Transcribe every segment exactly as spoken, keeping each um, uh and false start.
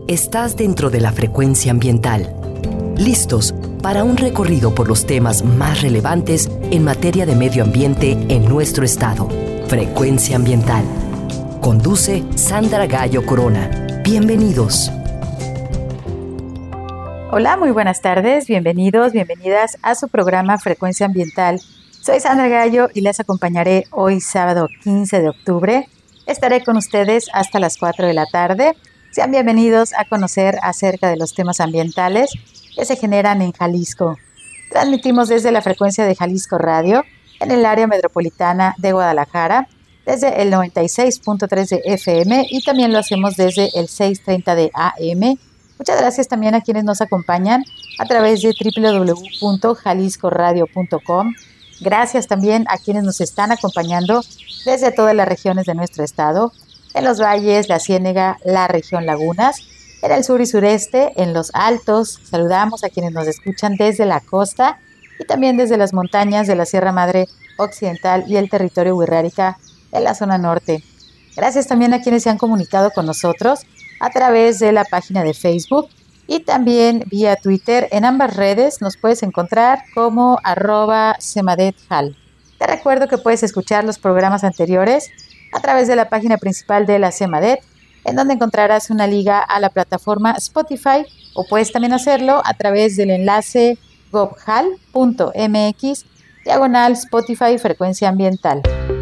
Estás dentro de la frecuencia ambiental. Listos para un recorrido por los temas más relevantes en materia de medio ambiente en nuestro estado. Frecuencia Ambiental. Conduce Sandra Gallo Corona. Bienvenidos. Hola, muy buenas tardes. Bienvenidos, bienvenidas a su programa Frecuencia Ambiental. Soy Sandra Gallo y les acompañaré hoy sábado quince de octubre. Estaré con ustedes hasta las cuatro de la tarde. Sean bienvenidos a conocer acerca de los temas ambientales que se generan en Jalisco. Transmitimos desde la frecuencia de Jalisco Radio en el área metropolitana de Guadalajara, desde el noventa y seis punto tres de F M y también lo hacemos desde el seiscientos treinta de A M. Muchas gracias también a quienes nos acompañan a través de doble u doble u doble u punto jalisco radio punto com. Gracias también a quienes nos están acompañando desde todas las regiones de nuestro estado, en los valles, la Ciénega, la región Lagunas, en el sur y sureste, en los altos. Saludamos a quienes nos escuchan desde la costa y también desde las montañas de la Sierra Madre Occidental y el territorio wixárika en la zona norte. Gracias también a quienes se han comunicado con nosotros a través de la página de Facebook y también vía Twitter. En ambas redes nos puedes encontrar como arroba semadethal. Te recuerdo que puedes escuchar los programas anteriores a través de la página principal de la Semadet, en donde encontrarás una liga a la plataforma Spotify, o puedes también hacerlo a través del enlace gobhal punto mx diagonal Spotify Frecuencia Ambiental.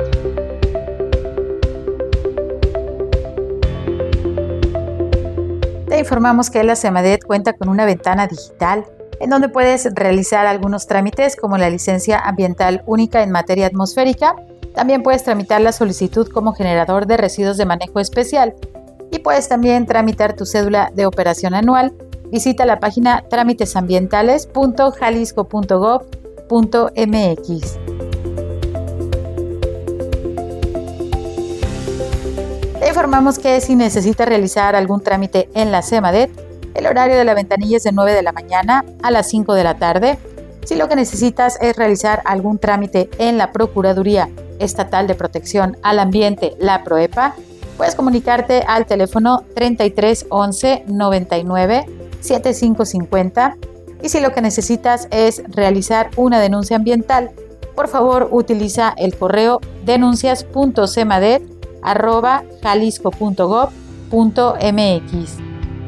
Te informamos que la Semadet cuenta con una ventana digital en donde puedes realizar algunos trámites como la licencia ambiental única en materia atmosférica. También puedes tramitar la solicitud como generador de residuos de manejo especial y puedes también tramitar tu cédula de operación anual. Visita la página trámitesambientales punto jalisco punto gob punto mx. Te informamos que si necesitas realizar algún trámite en la Semadet, el horario de la ventanilla es de nueve de la mañana a las cinco de la tarde. Si lo que necesitas es realizar algún trámite en la Procuraduría Estatal de Protección al Ambiente, la PROEPA, puedes comunicarte al teléfono treinta y tres once noventa y nueve setenta y cinco cincuenta. Y si lo que necesitas es realizar una denuncia ambiental, por favor utiliza el correo denuncias punto semadet arroba jalisco punto gob punto mx.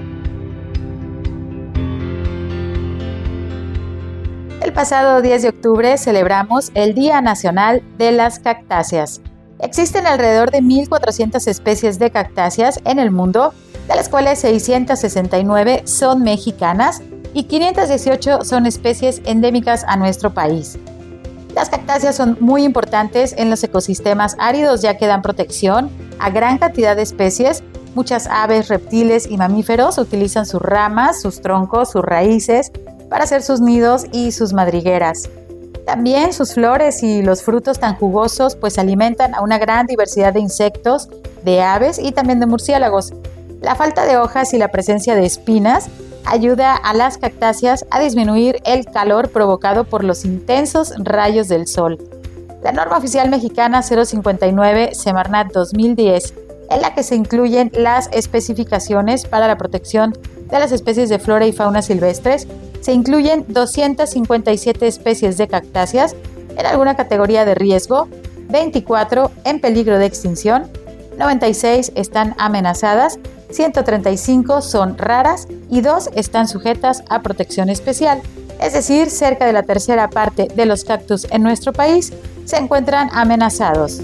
El pasado diez de octubre celebramos el Día Nacional de las Cactáceas. Existen alrededor de mil cuatrocientas especies de cactáceas en el mundo, de las cuales seiscientas sesenta y nueve son mexicanas y quinientas dieciocho son especies endémicas a nuestro país. Las cactáceas son muy importantes en los ecosistemas áridos, ya que dan protección a gran cantidad de especies. Muchas aves, reptiles y mamíferos utilizan sus ramas, sus troncos, sus raíces para hacer sus nidos y sus madrigueras. También sus flores y los frutos tan jugosos pues alimentan a una gran diversidad de insectos, de aves y también de murciélagos. La falta de hojas y la presencia de espinas ayuda a las cactáceas a disminuir el calor provocado por los intensos rayos del sol. La norma oficial mexicana cero cincuenta y nueve Semarnat dos mil diez, en la que se incluyen las especificaciones para la protección de las especies de flora y fauna silvestres, se incluyen doscientas cincuenta y siete especies de cactáceas en alguna categoría de riesgo, veinticuatro en peligro de extinción, noventa y seis están amenazadas, ciento treinta y cinco son raras y dos están sujetas a protección especial. Es decir, cerca de la tercera parte de los cactus en nuestro país se encuentran amenazados.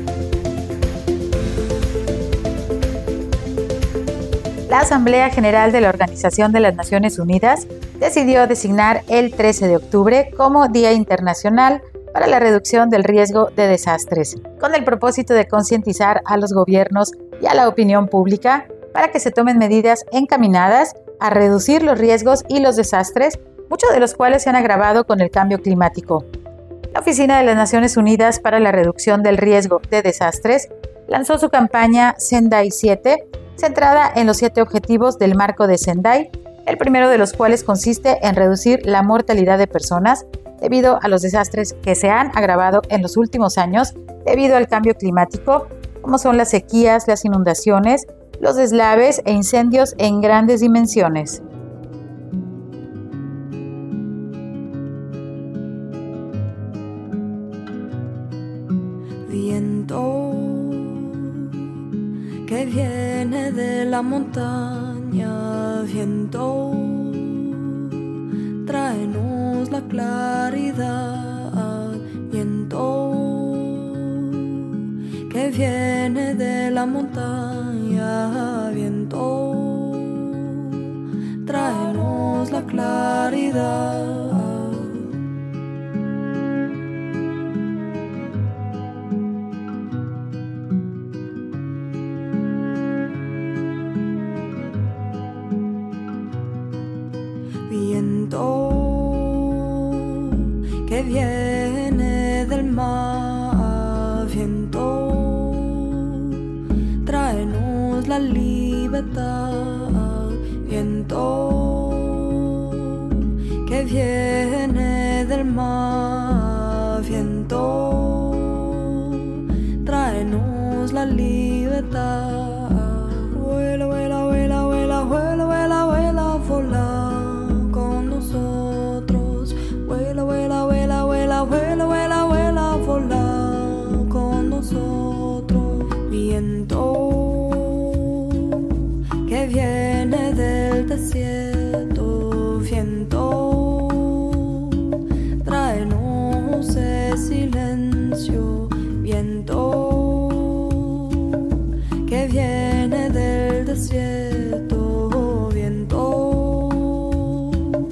La Asamblea General de la Organización de las Naciones Unidas decidió designar el trece de octubre como Día Internacional para la Reducción del Riesgo de Desastres, con el propósito de concientizar a los gobiernos y a la opinión pública para que se tomen medidas encaminadas a reducir los riesgos y los desastres, muchos de los cuales se han agravado con el cambio climático. La Oficina de las Naciones Unidas para la Reducción del Riesgo de Desastres lanzó su campaña Sendai siete, centrada en los siete objetivos del marco de Sendai, el primero de los cuales consiste en reducir la mortalidad de personas debido a los desastres que se han agravado en los últimos años debido al cambio climático, como son las sequías, las inundaciones, los deslaves e incendios en grandes dimensiones. Viento que viene de la montaña, viento, tráenos la claridad. Viento que viene de la montaña, viento, tráenos la claridad. Viento que viene del mar, viento, tráenos la libertad. Viento que viene del mar, viento, tráenos la libertad. Vuela, vuela, vuela, vuela, vuela, vuela, vuela, volar. Vuela, vuela, vuela, vuela, vuela, vuela, vuela, volar con nosotros. Viento que viene del desierto, viento, tráenos el silencio. Viento que viene del desierto, viento,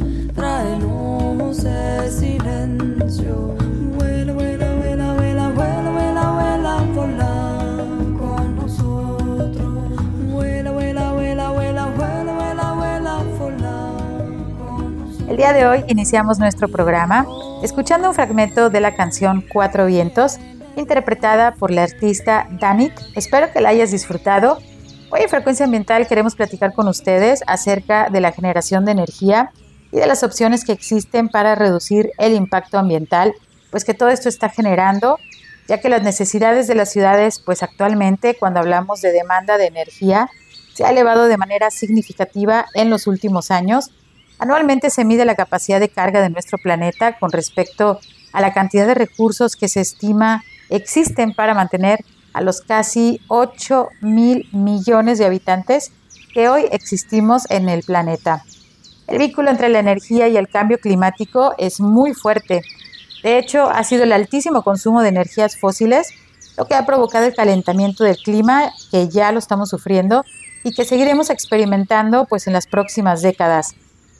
tráenos el silencio. Vuela, vuela, vuela, vuela, vuela, vuela, vuela, volar con nosotros. Vuela, vuela, vuela, vuela, vuela, vuela, vuela, volar con nosotros. El día de hoy iniciamos nuestro programa escuchando un fragmento de la canción Cuatro Vientos, interpretada por la artista Danit. Espero que la hayas disfrutado. Hoy en Frecuencia Ambiental queremos platicar con ustedes acerca de la generación de energía y de las opciones que existen para reducir el impacto ambiental, pues que todo esto está generando, ya que las necesidades de las ciudades, pues actualmente cuando hablamos de demanda de energía, se ha elevado de manera significativa en los últimos años. Anualmente se mide la capacidad de carga de nuestro planeta con respecto a la cantidad de recursos que se estima existen para mantener a los casi ocho mil millones de habitantes que hoy existimos en el planeta. El vínculo entre la energía y el cambio climático es muy fuerte. De hecho, ha sido el altísimo consumo de energías fósiles lo que ha provocado el calentamiento del clima, que ya lo estamos sufriendo y que seguiremos experimentando pues, en las próximas décadas.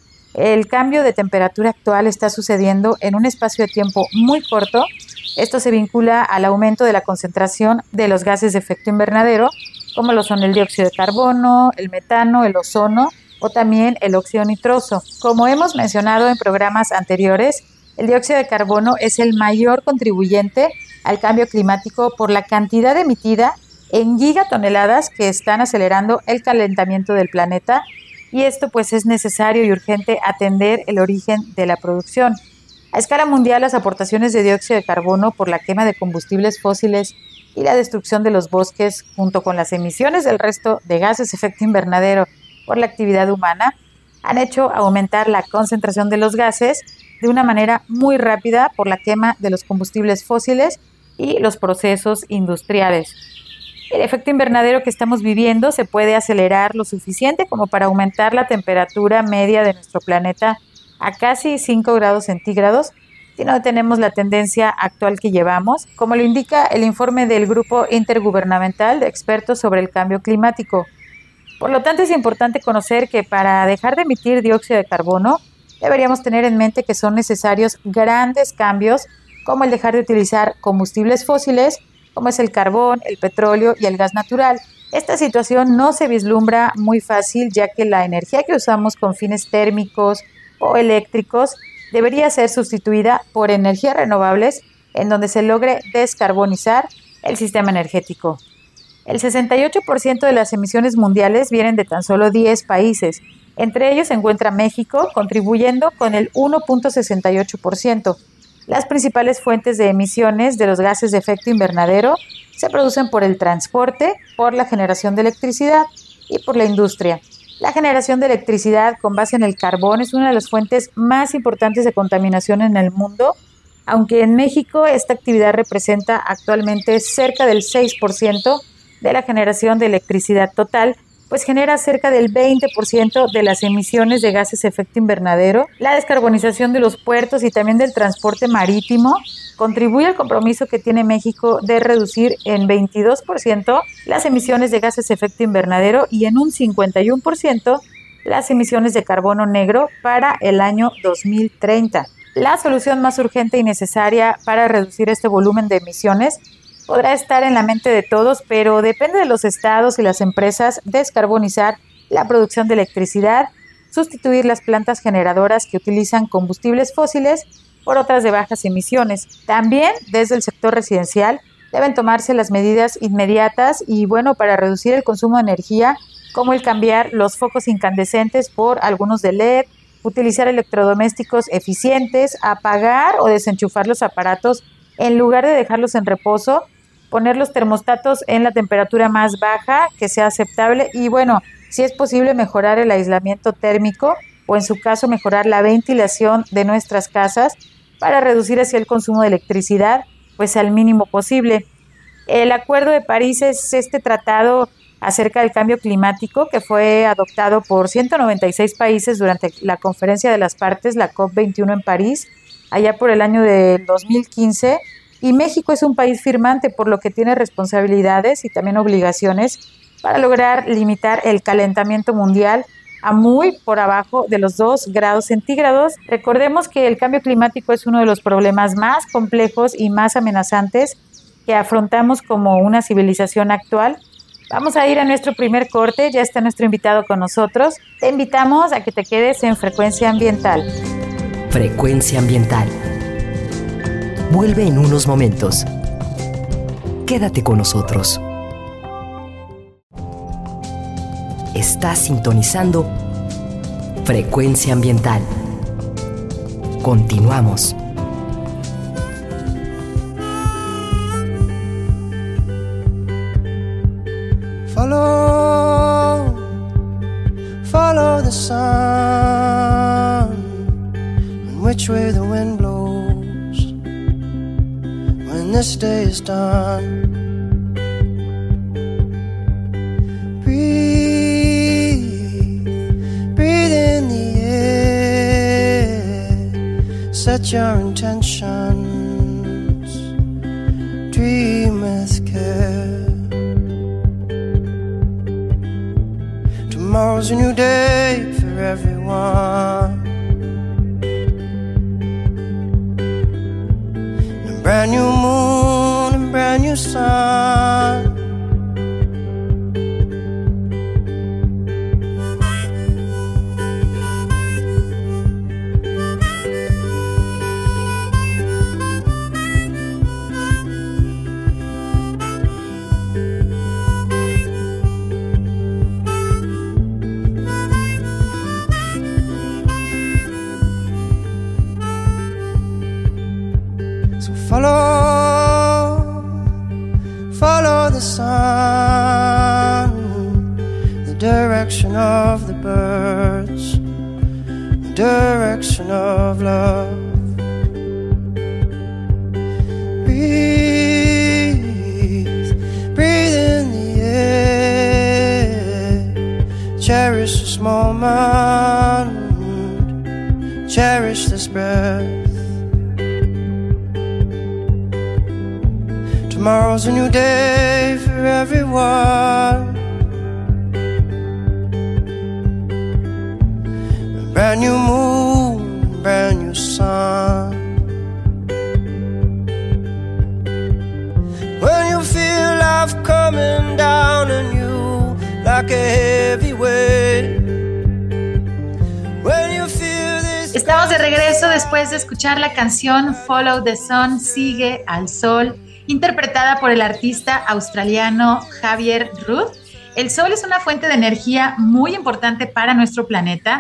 El cambio de temperatura actual está sucediendo en un espacio de tiempo muy corto. Esto se vincula al aumento de la concentración de los gases de efecto invernadero, como lo son el dióxido de carbono, el metano, el ozono o también el óxido nitroso. Como hemos mencionado en programas anteriores, el dióxido de carbono es el mayor contribuyente al cambio climático por la cantidad emitida en gigatoneladas que están acelerando el calentamiento del planeta, y esto pues es necesario y urgente atender el origen de la producción. A escala mundial, las aportaciones de dióxido de carbono por la quema de combustibles fósiles y la destrucción de los bosques, junto con las emisiones del resto de gases de efecto invernadero por la actividad humana, han hecho aumentar la concentración de los gases de una manera muy rápida por la quema de los combustibles fósiles y los procesos industriales. El efecto invernadero que estamos viviendo se puede acelerar lo suficiente como para aumentar la temperatura media de nuestro planeta a casi cinco grados centígrados si no detenemos la tendencia actual que llevamos, como lo indica el informe del Grupo Intergubernamental de Expertos sobre el Cambio Climático. Por lo tanto, es importante conocer que para dejar de emitir dióxido de carbono, deberíamos tener en mente que son necesarios grandes cambios, como el dejar de utilizar combustibles fósiles, como es el carbón, el petróleo y el gas natural. Esta situación no se vislumbra muy fácil, ya que la energía que usamos con fines térmicos o eléctricos debería ser sustituida por energías renovables, en donde se logre descarbonizar el sistema energético. El sesenta y ocho por ciento de las emisiones mundiales vienen de tan solo diez países. Entre ellos se encuentra México, contribuyendo con el uno punto sesenta y ocho por ciento. Las principales fuentes de emisiones de los gases de efecto invernadero se producen por el transporte, por la generación de electricidad, por la y por la industria. La generación de electricidad con base en el carbón es una de las fuentes más importantes de contaminación en el mundo, aunque en México esta actividad representa actualmente cerca del seis por ciento de la generación de electricidad total, pues genera cerca del veinte por ciento de las emisiones de gases de efecto invernadero. La descarbonización de los puertos y también del transporte marítimo contribuye al compromiso que tiene México de reducir en veintidós por ciento las emisiones de gases de efecto invernadero y en un cincuenta y uno por ciento las emisiones de carbono negro para el año dos mil treinta. La solución más urgente y necesaria para reducir este volumen de emisiones podrá estar en la mente de todos, pero depende de los estados y las empresas descarbonizar la producción de electricidad, sustituir las plantas generadoras que utilizan combustibles fósiles por otras de bajas emisiones. También desde el sector residencial deben tomarse las medidas inmediatas y bueno, para reducir el consumo de energía, como el cambiar los focos incandescentes por algunos de L E D, utilizar electrodomésticos eficientes, apagar o desenchufar los aparatos en lugar de dejarlos en reposo, poner los termostatos en la temperatura más baja que sea aceptable y bueno, si es posible mejorar el aislamiento térmico o en su caso mejorar la ventilación de nuestras casas para reducir así el consumo de electricidad pues al mínimo posible. El Acuerdo de París es este tratado acerca del cambio climático que fue adoptado por ciento noventa y seis países durante la Conferencia de las Partes, la COP veintiuno en París, allá por el año de dos mil quince. Y México es un país firmante, por lo que tiene responsabilidades y también obligaciones para lograr limitar el calentamiento mundial a muy por abajo de los dos grados centígrados. Recordemos que el cambio climático es uno de los problemas más complejos y más amenazantes que afrontamos como una civilización actual. Vamos a ir a nuestro primer corte, ya está nuestro invitado con nosotros. Te invitamos a que te quedes en Frecuencia Ambiental. Frecuencia Ambiental. Vuelve en unos momentos. Quédate con nosotros. Estás sintonizando Frecuencia Ambiental. Continuamos. Follow, follow the sun, and which way the wind blows. When this day is done, breathe, breathe in the air, set your intentions, dream with care. Tomorrow's a new day for everyone, brand new moon and brand new sun. Follow, follow the sun, the direction of the birds, the direction of love. Breathe, breathe in the air, cherish this moment, cherish this breath. Tomorrow's a new day for everyone, a brand new moon, brand new sun. When you feel life coming down on you like a heavy weight, when you feel this. Estamos de regreso después de escuchar la canción Follow the Sun, Sigue al Sol, interpretada por el artista australiano Xavier Rudd. El sol es una fuente de energía muy importante para nuestro planeta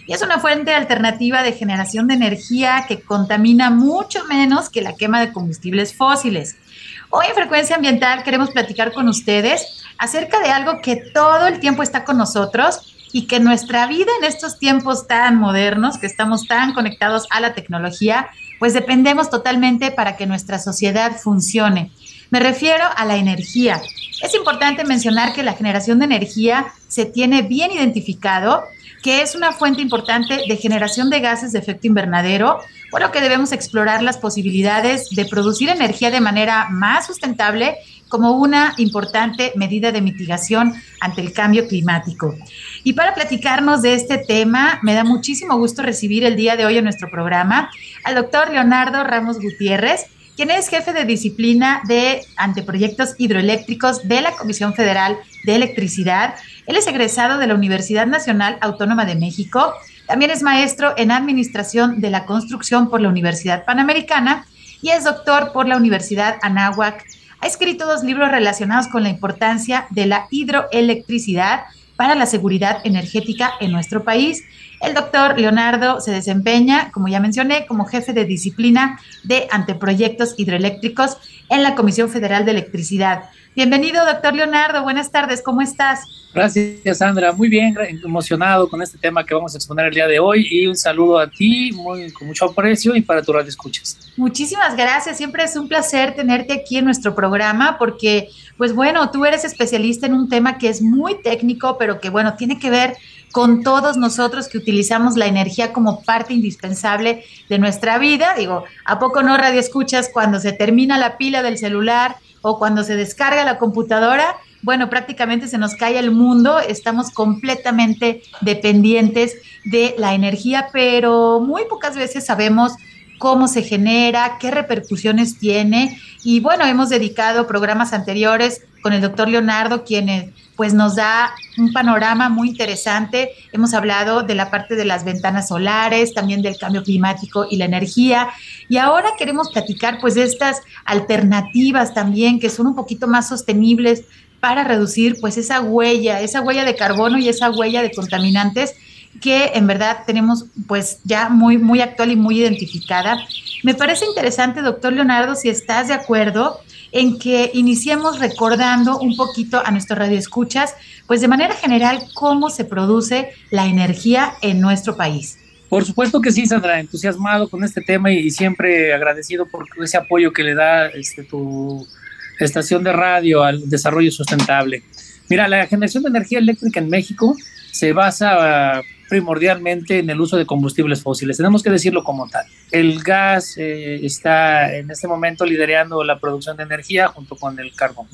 y es una fuente alternativa de generación de energía que contamina mucho menos que la quema de combustibles fósiles. Hoy en Frecuencia Ambiental queremos platicar con ustedes acerca de algo que todo el tiempo está con nosotros y que nuestra vida en estos tiempos tan modernos, que estamos tan conectados a la tecnología, pues dependemos totalmente para que nuestra sociedad funcione. Me refiero a la energía. Es importante mencionar que la generación de energía se tiene bien identificado, que es una fuente importante de generación de gases de efecto invernadero, por lo que debemos explorar las posibilidades de producir energía de manera más sustentable como una importante medida de mitigación ante el cambio climático. Y para platicarnos de este tema, me da muchísimo gusto recibir el día de hoy en nuestro programa al doctor Leonardo Ramos Gutiérrez, quien es jefe de disciplina de anteproyectos hidroeléctricos de la Comisión Federal de Electricidad. Él es egresado de la Universidad Nacional Autónoma de México. También es maestro en Administración de la Construcción por la Universidad Panamericana y es doctor por la Universidad Anáhuac. Ha escrito dos libros relacionados con la importancia de la hidroelectricidad para la seguridad energética en nuestro país. El doctor Leonardo se desempeña, como ya mencioné, como jefe de disciplina de anteproyectos hidroeléctricos en la Comisión Federal de Electricidad. Bienvenido, doctor Leonardo. Buenas tardes. ¿Cómo estás? Gracias, Sandra. Muy bien, emocionado con este tema que vamos a exponer el día de hoy y un saludo a ti, muy, con mucho aprecio y para tu radio escuchas. Muchísimas gracias. Siempre es un placer tenerte aquí en nuestro programa porque, pues bueno, tú eres especialista en un tema que es muy técnico, pero que, bueno, tiene que ver con todos nosotros que utilizamos la energía como parte indispensable de nuestra vida. Digo, ¿a poco no radio escuchas cuando se termina la pila del celular o cuando se descarga la computadora? Bueno, prácticamente se nos cae el mundo, estamos completamente dependientes de la energía, pero muy pocas veces sabemos cómo se genera, qué repercusiones tiene. Y bueno, hemos dedicado programas anteriores con el doctor Leonardo, quien pues nos da un panorama muy interesante. Hemos hablado de la parte de las ventanas solares, también del cambio climático y la energía. Y ahora queremos platicar pues de estas alternativas también que son un poquito más sostenibles para reducir pues esa huella, esa huella de carbono y esa huella de contaminantes que en verdad tenemos pues ya muy, muy actual y muy identificada. Me parece interesante, doctor Leonardo, si estás de acuerdo en que iniciemos recordando un poquito a nuestros radioescuchas, pues de manera general, cómo se produce la energía en nuestro país. Por supuesto que sí, Sandra, entusiasmado con este tema y siempre agradecido por ese apoyo que le da este, tu estación de radio al desarrollo sustentable. Mira, la generación de energía eléctrica en México se basa uh, primordialmente en el uso de combustibles fósiles. Tenemos que decirlo como tal. El gas eh, está en este momento liderando la producción de energía junto con el carbón.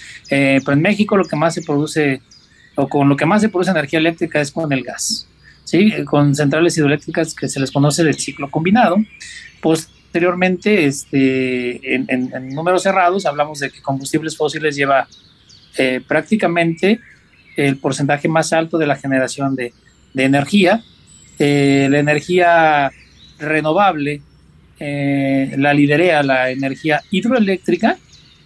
Eh, pero en México lo que más se produce, o con lo que más se produce energía eléctrica es con el gas, ¿sí? Con centrales hidroeléctricas que se les conoce del ciclo combinado. Posteriormente, este, en, en, en números cerrados, hablamos de que combustibles fósiles lleva eh, prácticamente el porcentaje más alto de la generación de, de energía. Eh, la energía renovable eh, la liderea la energía hidroeléctrica.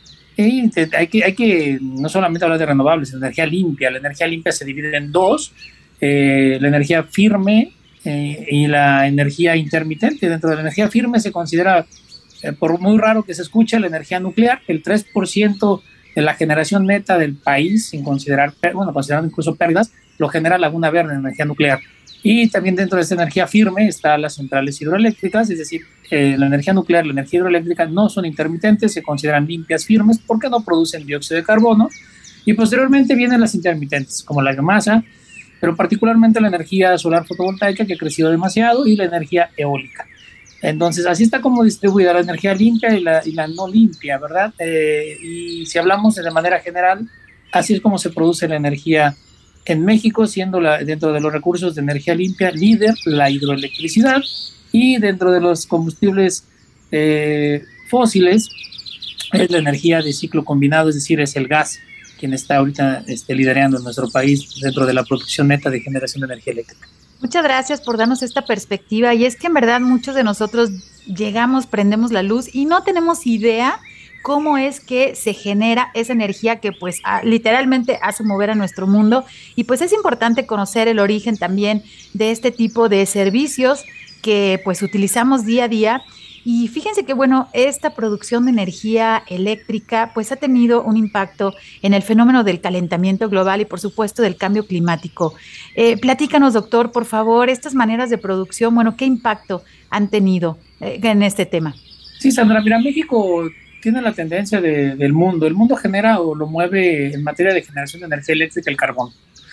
Y hay que, hay que no solamente hablar de renovables, energía limpia. La energía limpia se divide en dos, eh, la energía firme eh, y la energía intermitente. Dentro de la energía firme se considera, eh, por muy raro que se escuche, la energía nuclear. El tres por ciento de la generación neta del país, sin considerar, bueno, considerando incluso pérdidas, lo genera Laguna Verde, energía nuclear. Y también dentro de esta energía firme están las centrales hidroeléctricas, es decir, eh, la energía nuclear y la energía hidroeléctrica no son intermitentes, se consideran limpias, firmes, porque no producen dióxido de carbono. Y posteriormente vienen las intermitentes, como la biomasa, pero particularmente la energía solar fotovoltaica, que ha crecido demasiado, y la energía eólica. Entonces, así está como distribuida la energía limpia y la, y la no limpia, ¿verdad? Eh, y si hablamos de manera general, así es como se produce la energía en México, siendo la, dentro de los recursos de energía limpia líder la hidroelectricidad, y dentro de los combustibles eh, fósiles es la energía de ciclo combinado, es decir, es el gas quien está ahorita este, liderando en nuestro país dentro de la producción neta de generación de energía eléctrica. Muchas gracias por darnos esta perspectiva, y es que en verdad muchos de nosotros llegamos, prendemos la luz y no tenemos idea cómo es que se genera esa energía que pues a, literalmente hace mover a nuestro mundo. Y pues es importante conocer el origen también de este tipo de servicios que pues utilizamos día a día. Y fíjense que, bueno, esta producción de energía eléctrica pues ha tenido un impacto en el fenómeno del calentamiento global y, por supuesto, del cambio climático. Eh, platícanos, doctor, por favor, estas maneras de producción, bueno, ¿qué impacto han tenido eh, en este tema? Sí, Sandra, mira, México tiene la tendencia de, del mundo. El mundo genera o lo mueve en materia de generación de energía eléctrica el carbón,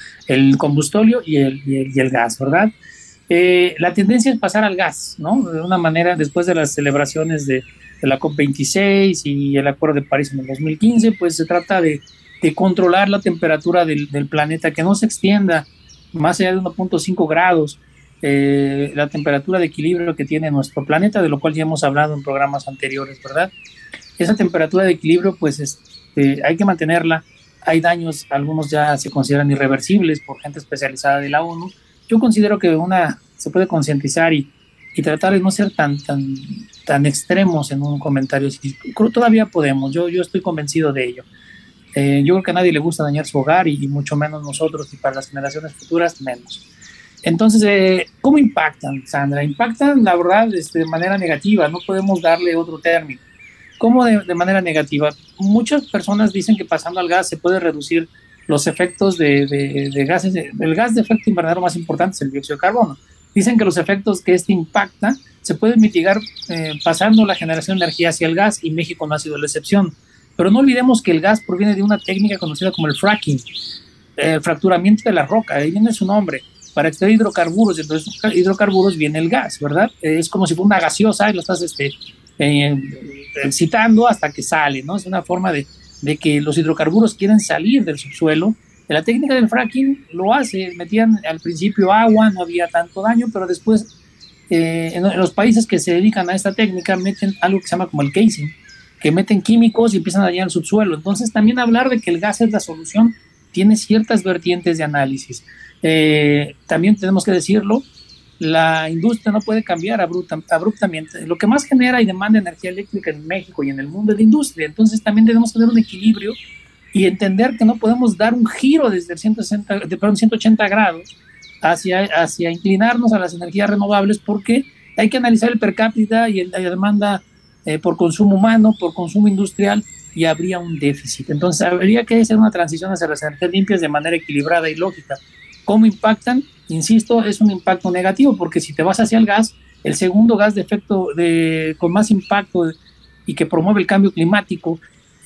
el combustible y el, y el, y el gas, ¿verdad? Eh, la tendencia es pasar al gas, ¿no? De una manera, después de las celebraciones de, de la COP veintiséis y el Acuerdo de París en el dos mil quince, pues se trata de, de controlar la temperatura del, del planeta, que no se extienda más allá de uno punto cinco grados, eh, la temperatura de equilibrio que tiene nuestro planeta, de lo cual ya hemos hablado en programas anteriores, ¿verdad? Esa temperatura de equilibrio, pues este, hay que mantenerla. Hay daños, algunos ya se consideran irreversibles por gente especializada de la ONU. Yo considero que una se puede concientizar y, y tratar de no ser tan, tan, tan extremos en un comentario. Todavía podemos, yo, yo estoy convencido de ello. Eh, yo creo que a nadie le gusta dañar su hogar y, y mucho menos nosotros, y para las generaciones futuras menos. Entonces, eh, ¿cómo impactan, Sandra? Impactan, la verdad, este, de manera negativa, no podemos darle otro término. ¿Cómo de, de manera negativa? Muchas personas dicen que pasando al gas se puede reducir los efectos de, de, de gases, de, el gas de efecto invernadero más importante es el dióxido de carbono. Dicen que los efectos que este impacta se pueden mitigar eh, pasando la generación de energía hacia el gas, y México no ha sido la excepción. Pero no olvidemos que el gas proviene de una técnica conocida como el fracking, el fracturamiento de la roca, ahí viene su nombre, para extraer hidrocarburos, y entonces hidrocarburos viene el gas, ¿verdad? Es como si fuera una gaseosa y lo estás este, eh, excitando hasta que sale, ¿no? Es una forma de de que los hidrocarburos quieren salir del subsuelo. La técnica del fracking lo hace, metían al principio agua, no había tanto daño, pero después eh, en, en los países que se dedican a esta técnica meten algo que se llama como el casing, que meten químicos y empiezan a dañar el subsuelo. Entonces también hablar de que el gas es la solución tiene ciertas vertientes de análisis. Eh, también tenemos que decirlo, la industria no puede cambiar abrupta, abruptamente. Lo que más genera y demanda energía eléctrica en México y en el mundo es la industria. Entonces también debemos tener un equilibrio y entender que no podemos dar un giro desde el ciento sesenta, de, perdón, ciento ochenta grados hacia, hacia inclinarnos a las energías renovables, porque hay que analizar el per cápita y el, la demanda eh, por consumo humano, por consumo industrial, y habría un déficit. Entonces habría que hacer una transición hacia las energías limpias de manera equilibrada y lógica. ¿Cómo impactan? Insisto, es un impacto negativo, porque si te vas hacia el gas, el segundo gas de efecto de, con más impacto y que promueve el cambio climático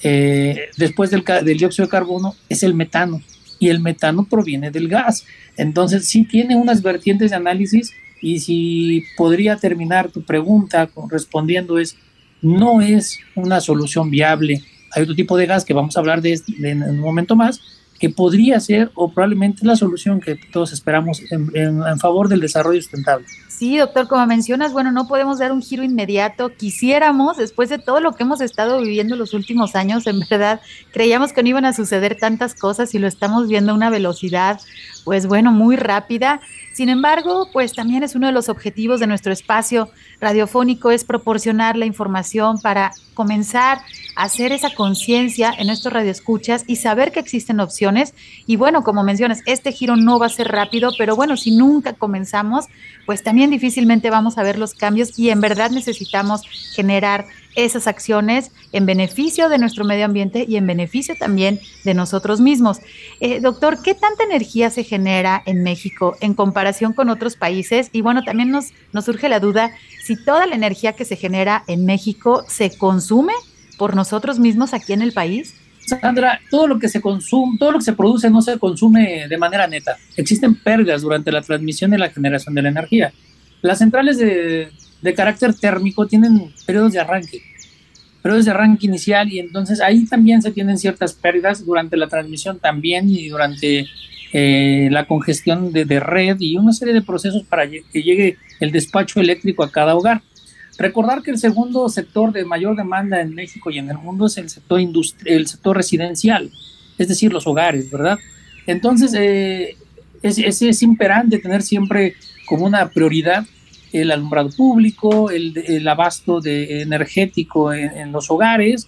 eh, después del, del dióxido de carbono es el metano, y el metano proviene del gas. Entonces sí tiene unas vertientes de análisis, y si podría terminar tu pregunta respondiendo es, no es una solución viable. Hay otro tipo de gas que vamos a hablar de, de en un momento más, que podría ser o probablemente la solución que todos esperamos en, en, en favor del desarrollo sustentable. Sí, doctor, como mencionas, bueno, no podemos dar un giro inmediato. Quisiéramos, después de todo lo que hemos estado viviendo los últimos años, en verdad, creíamos que no iban a suceder tantas cosas y lo estamos viendo a una velocidad, pues bueno, muy rápida. Sin embargo, pues también es uno de los objetivos de nuestro espacio radiofónico, es proporcionar la información para comenzar a hacer esa conciencia en nuestros radioescuchas y saber que existen opciones. Y bueno, como mencionas, este giro no va a ser rápido, pero bueno, si nunca comenzamos, pues también difícilmente vamos a ver los cambios, y en verdad necesitamos generar esas acciones en beneficio de nuestro medio ambiente y en beneficio también de nosotros mismos. Eh, doctor, ¿qué tanta energía se genera en México en comparación con otros países? Y bueno, también nos, nos surge la duda si toda la energía que se genera en México se consume por nosotros mismos aquí en el país. Sandra, todo lo que se consume, todo lo que se produce no se consume de manera neta. Existen pérdidas durante la transmisión y la generación de la energía. Las centrales de, de carácter térmico tienen periodos de arranque, periodos de arranque inicial, y entonces ahí también se tienen ciertas pérdidas durante la transmisión también, y durante eh, la congestión de, de red y una serie de procesos para que llegue el despacho eléctrico a cada hogar. Recordar que el segundo sector de mayor demanda en México y en el mundo es el sector industri- el sector residencial, es decir, los hogares, ¿verdad? Entonces, eh, es, es, es imperante tener siempre como una prioridad el alumbrado público, el, el abasto de energético en, en los hogares,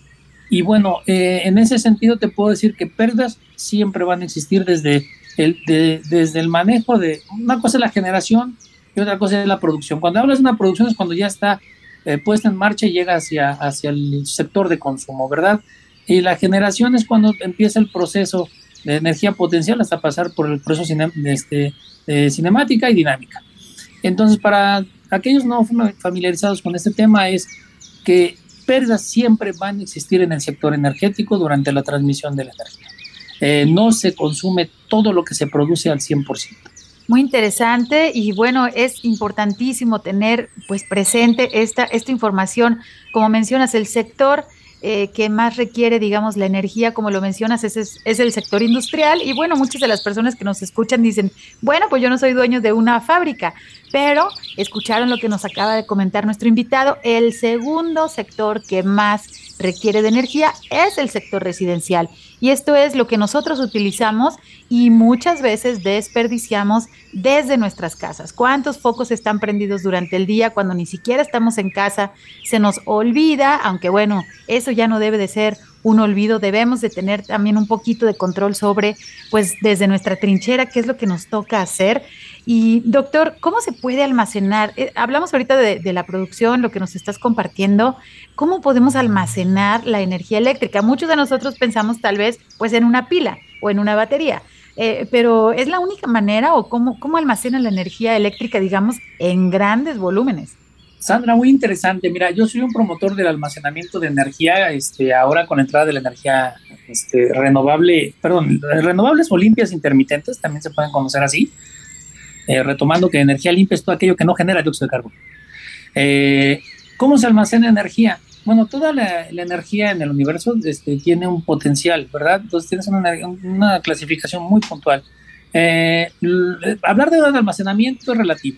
Y bueno, eh, en ese sentido te puedo decir que pérdidas siempre van a existir desde el, de, desde el manejo de, una cosa es la generación y otra cosa es la producción. Cuando hablas de una producción es cuando ya está eh, puesta en marcha y llega hacia, hacia el sector de consumo, ¿verdad? Y la generación es cuando empieza el proceso de energía potencial hasta pasar por el proceso cine, este, de cinemática y dinámica. Entonces, para aquellos no familiarizados con este tema, es que pérdidas siempre van a existir en el sector energético durante la transmisión de la energía. Eh, no se consume todo lo que se produce al cien por ciento. Muy interesante y bueno, es importantísimo tener pues presente esta, esta información. Como mencionas, el sector eh, que más requiere, digamos, la energía, como lo mencionas, es, es, es el sector industrial. Y bueno, muchas de las personas que nos escuchan dicen, bueno, pues yo no soy dueño de una fábrica, pero escucharon lo que nos acaba de comentar nuestro invitado. El segundo sector que más requiere de energía es el sector residencial. Y esto es lo que nosotros utilizamos y muchas veces desperdiciamos desde nuestras casas. ¿Cuántos focos están prendidos durante el día cuando ni siquiera estamos en casa? Se nos olvida, aunque bueno, eso ya no debe de ser un olvido, debemos de tener también un poquito de control sobre, pues desde nuestra trinchera, qué es lo que nos toca hacer. Y doctor, ¿cómo se puede almacenar? Eh, hablamos ahorita de, de la producción, lo que nos estás compartiendo. ¿Cómo podemos almacenar la energía eléctrica? Muchos de nosotros pensamos tal vez pues en una pila o en una batería, eh, pero ¿es la única manera o cómo, cómo almacenan la energía eléctrica, digamos, en grandes volúmenes? Sandra, muy interesante. Mira, yo soy un promotor del almacenamiento de energía, este, ahora con la entrada de la energía este, renovable, perdón, renovables o limpias intermitentes, también se pueden conocer así. Eh, retomando que energía limpia es todo aquello que no genera dióxido de carbono. Eh, ¿Cómo se almacena energía? Bueno, toda la, la energía en el universo este, tiene un potencial, ¿verdad? Entonces tienes una, una clasificación muy puntual. Eh, l- hablar de almacenamiento es relativo,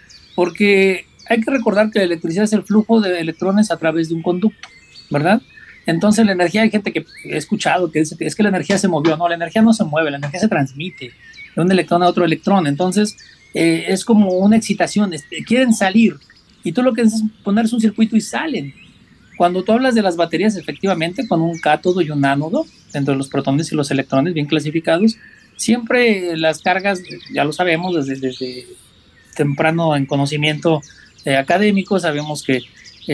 porque hay que recordar que la electricidad es el flujo de electrones a través de un conducto, ¿verdad? Entonces la energía, hay gente que he escuchado que dice que es que la energía se movió. No, la energía no se mueve, la energía se transmite de un electrón a otro electrón. Entonces eh, es como una excitación, este, quieren salir y tú lo que haces es ponerse un circuito y salen. Cuando tú hablas de las baterías, efectivamente, con un cátodo y un ánodo, dentro de los protones y los electrones bien clasificados, siempre las cargas, ya lo sabemos desde, desde temprano en conocimiento eh, académico, sabemos que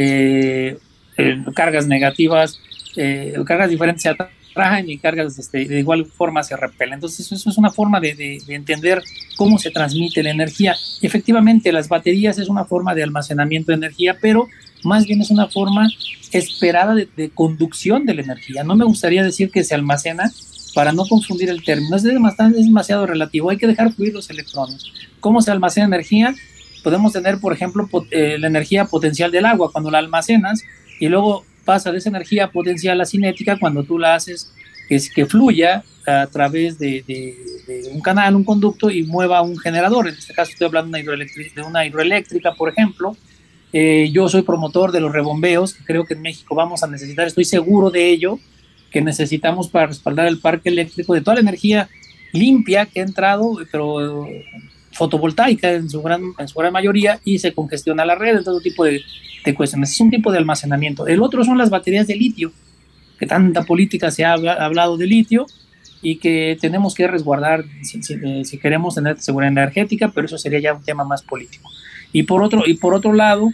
eh, eh, cargas negativas, eh, cargas diferentes se atraen y cargas este, de igual forma se repelen. Entonces eso es una forma de, de, de entender cómo se transmite la energía. Y efectivamente las baterías es una forma de almacenamiento de energía, pero más bien es una forma esperada de, de conducción de la energía. No me gustaría decir que se almacena para no confundir el término, es demasiado, es demasiado relativo, hay que dejar fluir los electrones. ¿Cómo se almacena energía? Podemos tener, por ejemplo, pot, eh, la energía potencial del agua, cuando la almacenas y luego pasa de esa energía potencial a cinética cuando tú la haces que, es, que fluya a través de, de, de un canal, un conducto y mueva un generador. En este caso estoy hablando de una, hidroeléctrica, de una hidroeléctrica, por ejemplo. Eh, yo soy promotor de los rebombeos, que creo que en México vamos a necesitar, estoy seguro de ello, que necesitamos para respaldar el parque eléctrico de toda la energía limpia que ha entrado, pero fotovoltaica en su gran, en su gran mayoría, y se congestiona la red, en todo tipo de, de cuestiones. Es un tipo de almacenamiento. El otro son las baterías de litio, que tanta política se ha hablado de litio y que tenemos que resguardar si, si, si queremos tener seguridad energética, pero eso sería ya un tema más político. Y por otro, y por otro lado,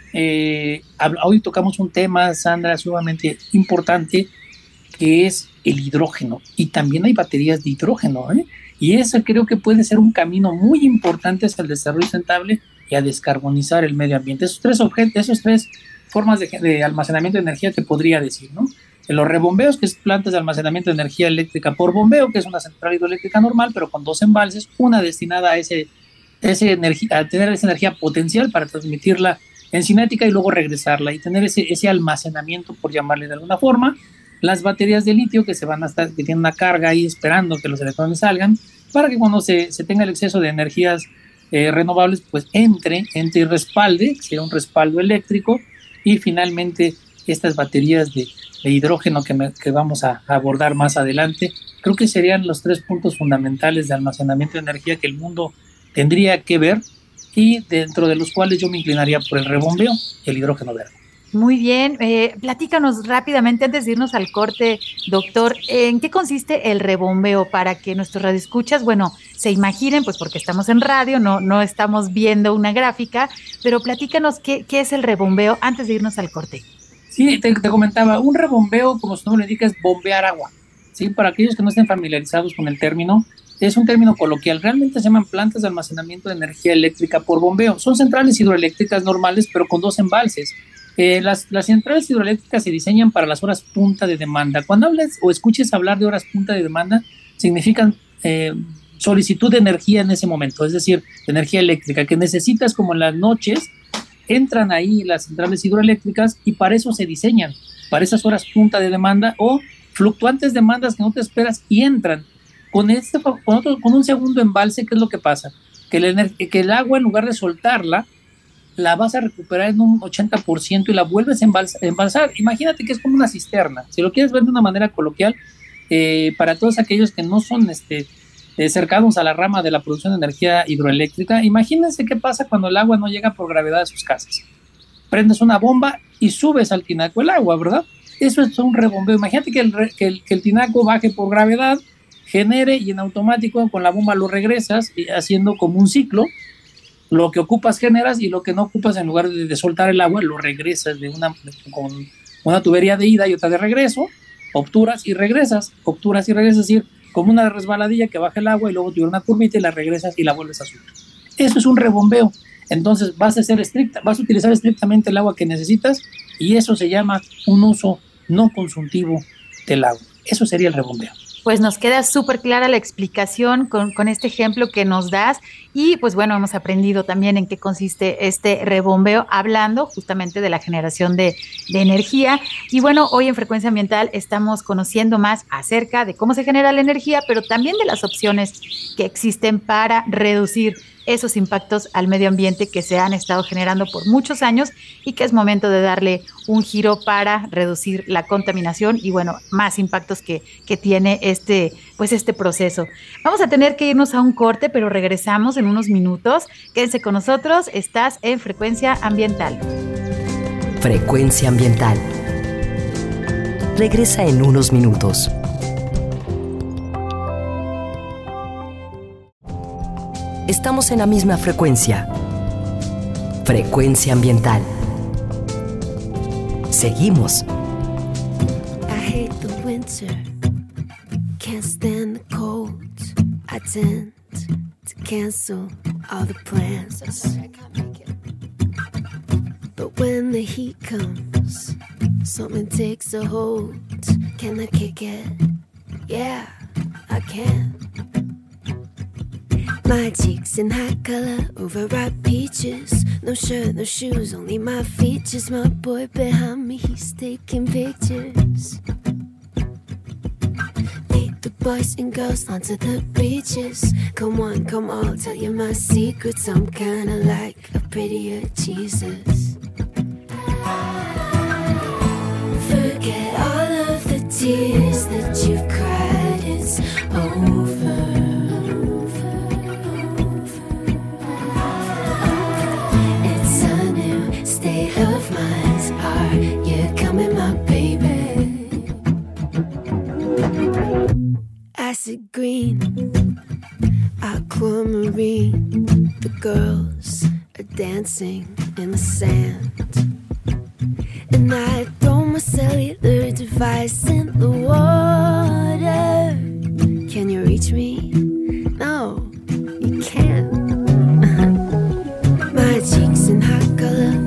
eh, hoy tocamos un tema, Sandra, sumamente importante, que es el hidrógeno. Y también hay baterías de hidrógeno, ¿eh? Y eso creo que puede ser un camino muy importante hacia el desarrollo sustentable y a descarbonizar el medio ambiente. Esos tres objetos, esos tres formas de, de almacenamiento de energía te podría decir, ¿no? En los rebombeos, que es plantas de almacenamiento de energía eléctrica por bombeo, que es una central hidroeléctrica normal, pero con dos embalses, una destinada a, ese, ese energía, a tener esa energía potencial para transmitirla en cinética y luego regresarla y tener ese, ese almacenamiento, por llamarle de alguna forma. Las baterías de litio que se van a estar, que tienen una carga ahí esperando que los electrones salgan, para que cuando se, se tenga el exceso de energías eh, renovables, pues entre, entre y respalde, sea un respaldo eléctrico, y finalmente estas baterías de, de hidrógeno que, me, que vamos a abordar más adelante, creo que serían los tres puntos fundamentales de almacenamiento de energía que el mundo tendría que ver y dentro de los cuales yo me inclinaría por el rebombeo y el hidrógeno verde. Muy bien, eh, platícanos rápidamente antes de irnos al corte, doctor, ¿en qué consiste el rebombeo para que nuestros radioescuchas, bueno, se imaginen, pues porque estamos en radio, no, no estamos viendo una gráfica, pero platícanos qué, qué es el rebombeo antes de irnos al corte. Sí, te, te comentaba, un rebombeo, como su nombre indica, es bombear agua, ¿sí? Para aquellos que no estén familiarizados con el término, es un término coloquial, realmente se llaman plantas de almacenamiento de energía eléctrica por bombeo. Son centrales hidroeléctricas normales, pero con dos embalses. Eh, las, las centrales hidroeléctricas se diseñan para las horas punta de demanda. Cuando hables o escuches hablar de horas punta de demanda, significan eh, solicitud de energía en ese momento, es decir, de energía eléctrica, que necesitas como en las noches, entran ahí las centrales hidroeléctricas y para eso se diseñan, para esas horas punta de demanda o fluctuantes demandas que no te esperas y entran. Con, este, con, otro, con un segundo embalse, ¿qué es lo que pasa? Que el, que el agua, en lugar de soltarla, la vas a recuperar en un ochenta por ciento y la vuelves a embals, embalsar. Imagínate que es como una cisterna. Si lo quieres ver de una manera coloquial, eh, para todos aquellos que no son este, eh, cercanos a la rama de la producción de energía hidroeléctrica, imagínense qué pasa cuando el agua no llega por gravedad a sus casas. Prendes una bomba y subes al tinaco el agua, ¿verdad? Eso es un rebombeo. Imagínate que el, que el, que el tinaco baje por gravedad, genere y en automático con la bomba lo regresas haciendo como un ciclo. Lo que ocupas generas y lo que no ocupas, en lugar de, de soltar el agua, lo regresas de una, con una tubería de ida y otra de regreso, obturas y regresas, obturas y regresas, es decir, como una resbaladilla que baja el agua y luego tiene una curvita y la regresas y la vuelves a subir. Eso es un rebombeo. Entonces vas a ser estricta, vas a utilizar estrictamente el agua que necesitas y eso se llama un uso no consultivo del agua. Eso sería el rebombeo. Pues nos queda súper clara la explicación con, con este ejemplo que nos das y pues bueno, hemos aprendido también en qué consiste este rebombeo, hablando justamente de la generación de, de energía. Y bueno, hoy en Frecuencia Ambiental estamos conociendo más acerca de cómo se genera la energía, pero también de las opciones que existen para reducir esos impactos al medio ambiente que se han estado generando por muchos años y que es momento de darle un giro para reducir la contaminación y bueno, más impactos que, que tiene este, pues este proceso. Vamos a tener que irnos a un corte, pero regresamos en unos minutos. Quédense con nosotros, estás en Frecuencia Ambiental. Frecuencia Ambiental. Regresa en unos minutos. Estamos en la misma frecuencia. Frecuencia Ambiental. Seguimos. I hate the winter, can't stand the cold. I tend to cancel all the plans. But when the heat comes, something takes a hold. Can I kick it? Yeah, I can. My cheeks in hot color, overripe peaches. No shirt, no shoes, only my features. My boy behind me, he's taking pictures. Lead the boys and girls onto the beaches. Come on, come on, tell you my secrets. I'm kinda like a prettier Jesus. Forget all of the tears that you've cried, it's over. Of mine, are you coming, my baby? Acid green, aquamarine. The girls are dancing in the sand, and I throw my cellular device in the water. Can you reach me? No, you can't. My cheeks in hot color.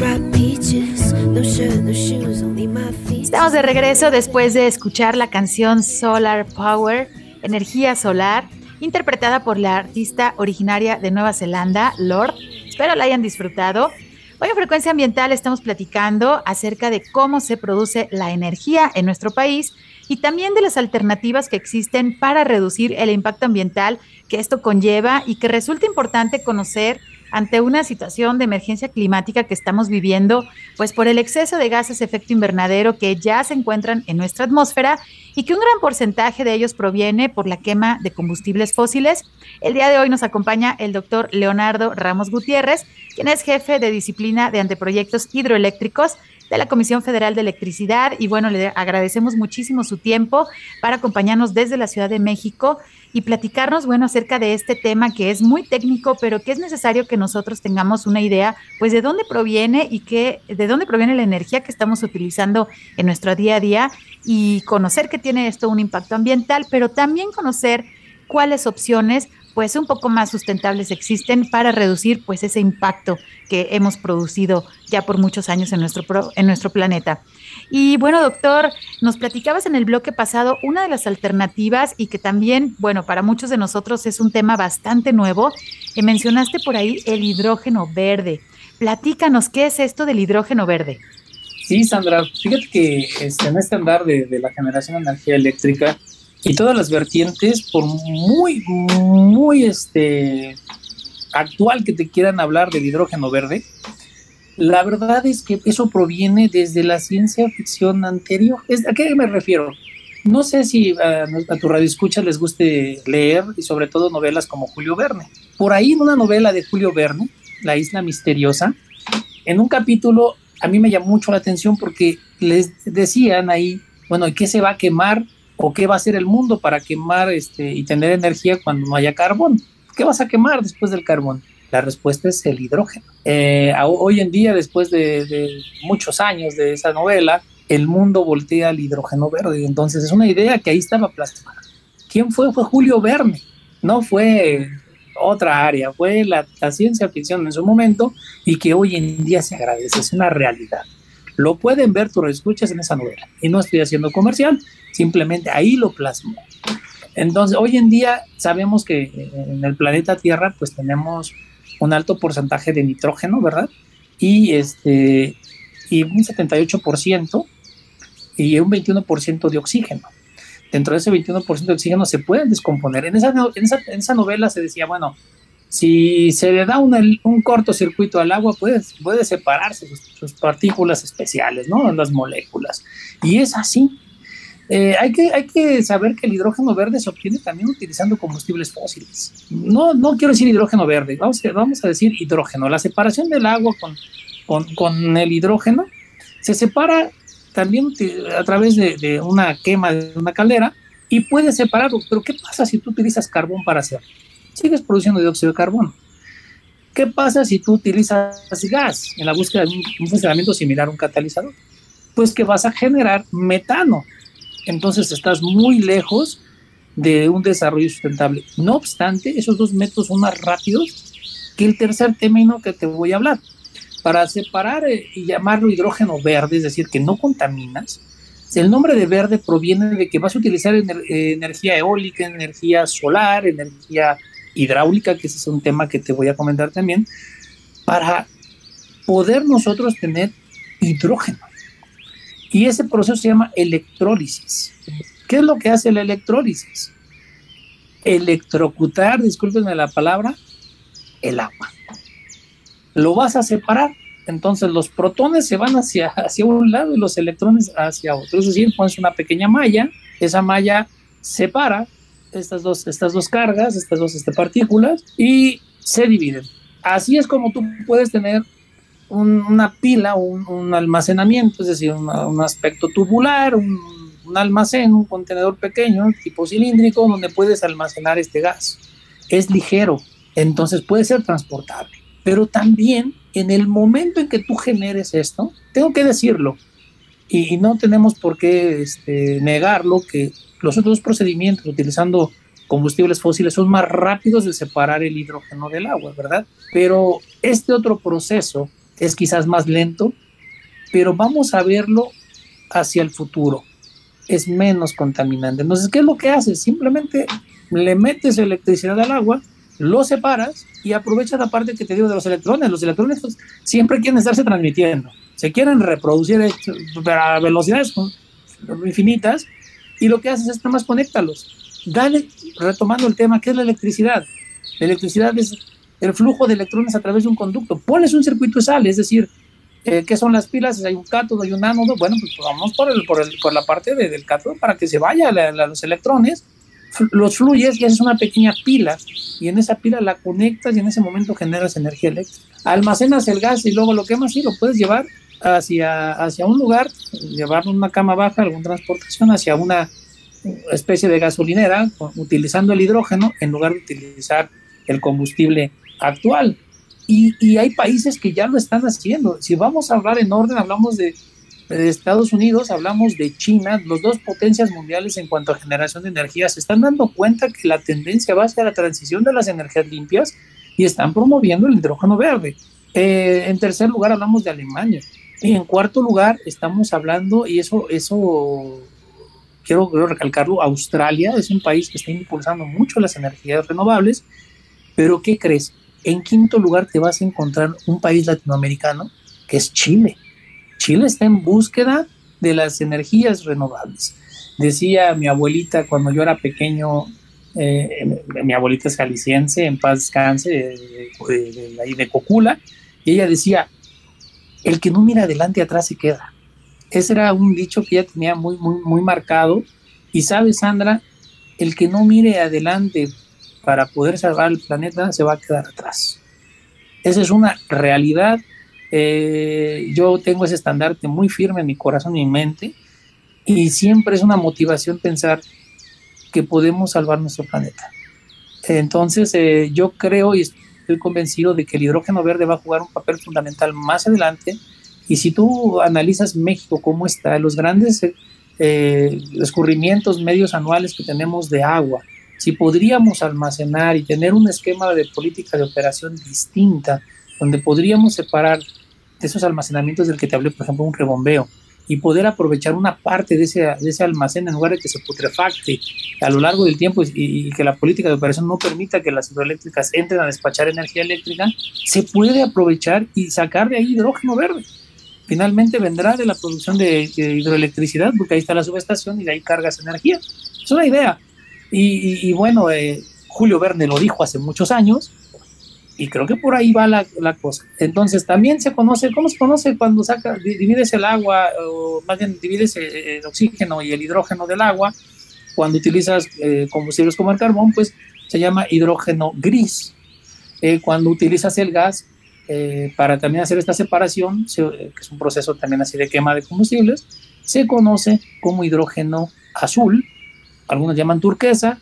Estamos de regreso después de escuchar la canción Solar Power, Energía Solar, interpretada por la artista originaria de Nueva Zelanda, Lorde. Espero la hayan disfrutado. Hoy en Frecuencia Ambiental estamos platicando acerca de cómo se produce la energía en nuestro país y también de las alternativas que existen para reducir el impacto ambiental que esto conlleva y que resulta importante conocer ante una situación de emergencia climática que estamos viviendo, pues por el exceso de gases de efecto invernadero que ya se encuentran en nuestra atmósfera y que un gran porcentaje de ellos proviene por la quema de combustibles fósiles. El día de hoy nos acompaña el doctor Leonardo Ramos Gutiérrez, quien es jefe de disciplina de anteproyectos hidroeléctricos de la Comisión Federal de Electricidad, y bueno, le agradecemos muchísimo su tiempo para acompañarnos desde la Ciudad de México y platicarnos, bueno, acerca de este tema que es muy técnico, pero que es necesario que nosotros tengamos una idea, pues, de dónde proviene y qué, de dónde proviene la energía que estamos utilizando en nuestro día a día, y conocer que tiene esto un impacto ambiental, pero también conocer cuáles opciones pues un poco más sustentables existen para reducir pues ese impacto que hemos producido ya por muchos años en nuestro, pro, en nuestro planeta. Y bueno, doctor, nos platicabas en el bloque pasado una de las alternativas y que también, bueno, para muchos de nosotros es un tema bastante nuevo. Eh, mencionaste por ahí el hidrógeno verde. Platícanos, ¿qué es esto del hidrógeno verde? Sí, Sandra, fíjate que este, en este andar de, de la generación de energía eléctrica y todas las vertientes, por muy, muy este, actual que te quieran hablar del hidrógeno verde, la verdad es que eso proviene desde la ciencia ficción anterior. ¿A qué me refiero? No sé si a, a tu radioescuchas les guste leer, y sobre todo novelas como Julio Verne. Por ahí en una novela de Julio Verne, La Isla Misteriosa, en un capítulo a mí me llamó mucho la atención porque les decían ahí, bueno, ¿qué se va a quemar? ¿O qué va a hacer el mundo para quemar este, y tener energía cuando no haya carbón? ¿Qué vas a quemar después del carbón? La respuesta es el hidrógeno. Eh, hoy en día, después de, de muchos años de esa novela, el mundo voltea al hidrógeno verde. Entonces es una idea que ahí estaba plasmada. ¿Quién fue? Fue Julio Verne. No fue otra área, fue la, la ciencia ficción en su momento y que hoy en día se agradece, es una realidad. Lo pueden ver, tú lo escuchas en esa novela. Y no estoy haciendo comercial, simplemente ahí lo plasmo. Entonces, hoy en día sabemos que en el planeta Tierra pues tenemos un alto porcentaje de nitrógeno, ¿verdad? Y, este, y un setenta y ocho por ciento y un veintiuno por ciento de oxígeno. Dentro de ese veintiuno por ciento de oxígeno se pueden descomponer. En esa, en esa, en esa novela se decía, bueno, si se le da una, un cortocircuito al agua, puede, puede separarse sus, sus partículas especiales, ¿no? Las moléculas. Y es así. Eh, hay, que, hay que saber que el hidrógeno verde se obtiene también utilizando combustibles fósiles. No, no quiero decir hidrógeno verde, vamos a, vamos a decir hidrógeno. La separación del agua con, con, con el hidrógeno se separa también a través de, de una quema de una caldera y puede separarlo. Pero ¿qué pasa si tú utilizas carbón para hacerlo? Sigues produciendo dióxido de carbono. ¿Qué pasa si tú utilizas gas en la búsqueda de un, un funcionamiento similar a un catalizador? Pues que vas a generar metano. Entonces estás muy lejos de un desarrollo sustentable. No obstante, esos dos métodos son más rápidos que el tercer término que te voy a hablar. Para separar eh, y llamarlo hidrógeno verde, es decir, que no contaminas, el nombre de verde proviene de que vas a utilizar ener- eh, energía eólica, energía solar, energía hidráulica, que ese es un tema que te voy a comentar también, para poder nosotros tener hidrógeno. Y ese proceso se llama electrólisis. ¿Qué es lo que hace la electrólisis? Electrocutar, discúlpenme la palabra, el agua. Lo vas a separar. Entonces los protones se van hacia, hacia un lado y los electrones hacia otro. Es decir, pones una pequeña malla, esa malla separa estas dos, estas dos cargas, estas dos este, partículas, y se dividen. Así es como tú puedes tener un, una pila, un, un almacenamiento, es decir, una, un aspecto tubular, un, un almacén, un contenedor pequeño, tipo cilíndrico, donde puedes almacenar este gas. Es ligero, entonces puede ser transportable. Pero también en el momento en que tú generes esto, tengo que decirlo, y, y no tenemos por qué este, negarlo, que los otros procedimientos utilizando combustibles fósiles son más rápidos de separar el hidrógeno del agua, ¿verdad? Pero este otro proceso es quizás más lento, pero vamos a verlo hacia el futuro. Es menos contaminante. Entonces, ¿qué es lo que haces? Simplemente le metes electricidad al agua, lo separas y aprovechas la parte que te digo de los electrones. Los electrones pues, siempre quieren estarse transmitiendo, se quieren reproducir a velocidades infinitas, y lo que haces es nada más conéctalos. Dale, retomando el tema, ¿qué es la electricidad? La electricidad es el flujo de electrones a través de un conducto. Pones un circuito y sale, es decir, eh, ¿qué son las pilas? Hay un cátodo, hay un ánodo, bueno, pues vamos por, el, por, el, por la parte de, del cátodo para que se vayan los electrones, los fluyes y haces una pequeña pila, y en esa pila la conectas y en ese momento generas energía eléctrica. Almacenas el gas y luego lo quemas y lo puedes llevar hacia, hacia un lugar, llevarlo en una cama baja, alguna transportación, hacia una especie de gasolinera, utilizando el hidrógeno en lugar de utilizar el combustible actual. Y, y hay países que ya lo están haciendo. Si vamos a hablar en orden, hablamos de, de Estados Unidos, hablamos de China, los dos potencias mundiales en cuanto a generación de energía, se están dando cuenta que la tendencia va hacia la transición de las energías limpias y están promoviendo el hidrógeno verde. Eh, en tercer lugar hablamos de Alemania. Y en cuarto lugar estamos hablando, y eso, eso quiero, quiero recalcarlo, Australia es un país que está impulsando mucho las energías renovables, pero ¿qué crees? En quinto lugar te vas a encontrar un país latinoamericano que es Chile. Chile está en búsqueda de las energías renovables. Decía mi abuelita cuando yo era pequeño, eh, mi abuelita es jalisciense, en paz descanse, de, de, de, de, de Cocula, y ella decía, el que no mira adelante atrás se queda. Ese era un dicho que ella tenía muy, muy, muy marcado. Y sabes, Sandra, el que no mire adelante para poder salvar el planeta se va a quedar atrás. Esa es una realidad. Eh, yo tengo ese estandarte muy firme en mi corazón y mi mente, y siempre es una motivación pensar que podemos salvar nuestro planeta. Entonces, eh, yo creo y estoy convencido de que el hidrógeno verde va a jugar un papel fundamental más adelante. Y si tú analizas México, cómo está, los grandes eh, escurrimientos medios anuales que tenemos de agua, si podríamos almacenar y tener un esquema de política de operación distinta, donde podríamos separar de esos almacenamientos del que te hablé, por ejemplo, un rebombeo, y poder aprovechar una parte de ese, de ese almacén en lugar de que se putrefacte a lo largo del tiempo, y, y que la política de operación no permita que las hidroeléctricas entren a despachar energía eléctrica, se puede aprovechar y sacar de ahí hidrógeno verde. Finalmente vendrá de la producción de, de hidroelectricidad, porque ahí está la subestación y de ahí cargas energía. Es una idea. Y, y, y bueno, eh, Julio Verne lo dijo hace muchos años, y creo que por ahí va la, la cosa. Entonces también se conoce, ¿cómo se conoce cuando saca, divides el agua, o más bien divides el oxígeno y el hidrógeno del agua? Cuando utilizas eh, combustibles como el carbón, pues se llama hidrógeno gris. Eh, cuando utilizas el gas, eh, para también hacer esta separación, se, eh, que es un proceso también así de quema de combustibles, se conoce como hidrógeno azul, algunos llaman turquesa,